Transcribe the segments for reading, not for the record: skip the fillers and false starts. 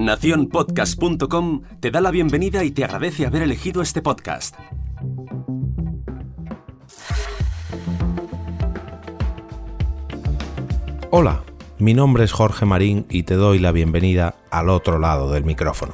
Nacionpodcast.com te da la bienvenida y te agradece haber elegido este podcast. Hola, mi nombre es Jorge Marín y te doy la bienvenida al otro lado del micrófono.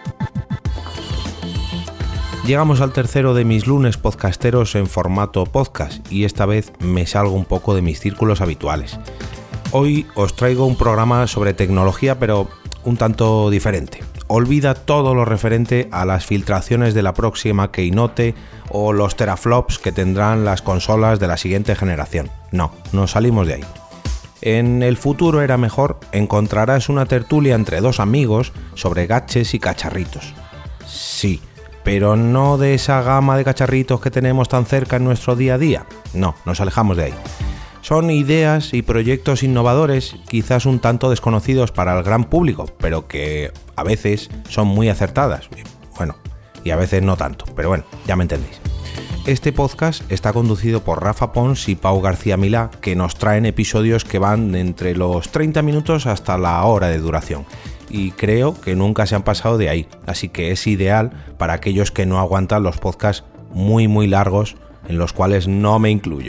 Llegamos al tercero de mis lunes podcasteros en formato podcast y esta vez me salgo un poco de mis círculos habituales. Hoy os traigo un programa sobre tecnología, pero un tanto diferente. Olvida todo lo referente a las filtraciones de la próxima Keynote o los teraflops que tendrán las consolas de la siguiente generación. No, nos salimos de ahí. En El futuro era mejor encontrarás una tertulia entre dos amigos sobre gadgets y cacharritos. Sí, pero no de esa gama de cacharritos que tenemos tan cerca en nuestro día a día. No, nos alejamos de ahí. Son ideas y proyectos innovadores, quizás un tanto desconocidos para el gran público, pero que a veces son muy acertadas. Bueno, y a veces no tanto, pero bueno, ya me entendéis. Este podcast está conducido por Rafa Pons y Pau García Milá, que nos traen episodios que van entre los 30 minutos hasta la hora de duración. Y creo que nunca se han pasado de ahí, así que es ideal para aquellos que no aguantan los podcasts muy largos, en los cuales no me incluyo.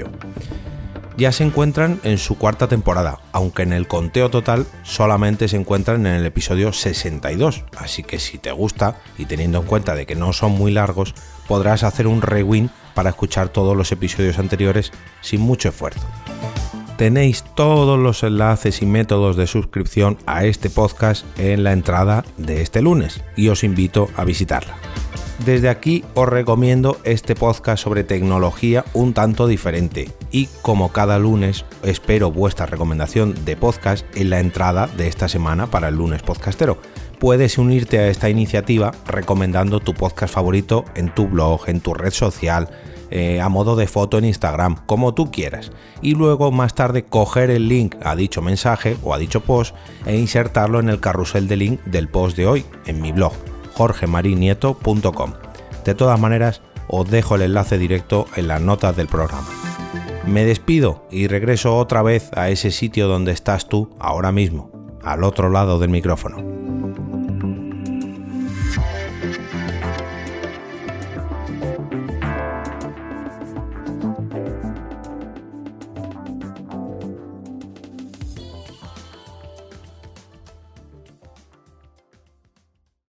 Ya se encuentran en su cuarta temporada, aunque en el conteo total solamente se encuentran en el episodio 62, así que si te gusta, y teniendo en cuenta de que no son muy largos, podrás hacer un rewind para escuchar todos los episodios anteriores sin mucho esfuerzo. Tenéis todos los enlaces y métodos de suscripción a este podcast en la entrada de este lunes y os invito a visitarla. Desde aquí os recomiendo este podcast sobre tecnología un tanto diferente y como cada lunes espero vuestra recomendación de podcast en la entrada de esta semana para el lunes podcastero. Puedes unirte a esta iniciativa recomendando tu podcast favorito en tu blog, en tu red social, a modo de foto en Instagram, como tú quieras, y luego más tarde coger el link a dicho mensaje o a dicho post e insertarlo en el carrusel de link del post de hoy en mi blog jorgemarinieto.com. De todas maneras, os dejo el enlace directo en las notas del programa. Me despido y regreso otra vez a ese sitio donde estás tú ahora mismo, al otro lado del micrófono.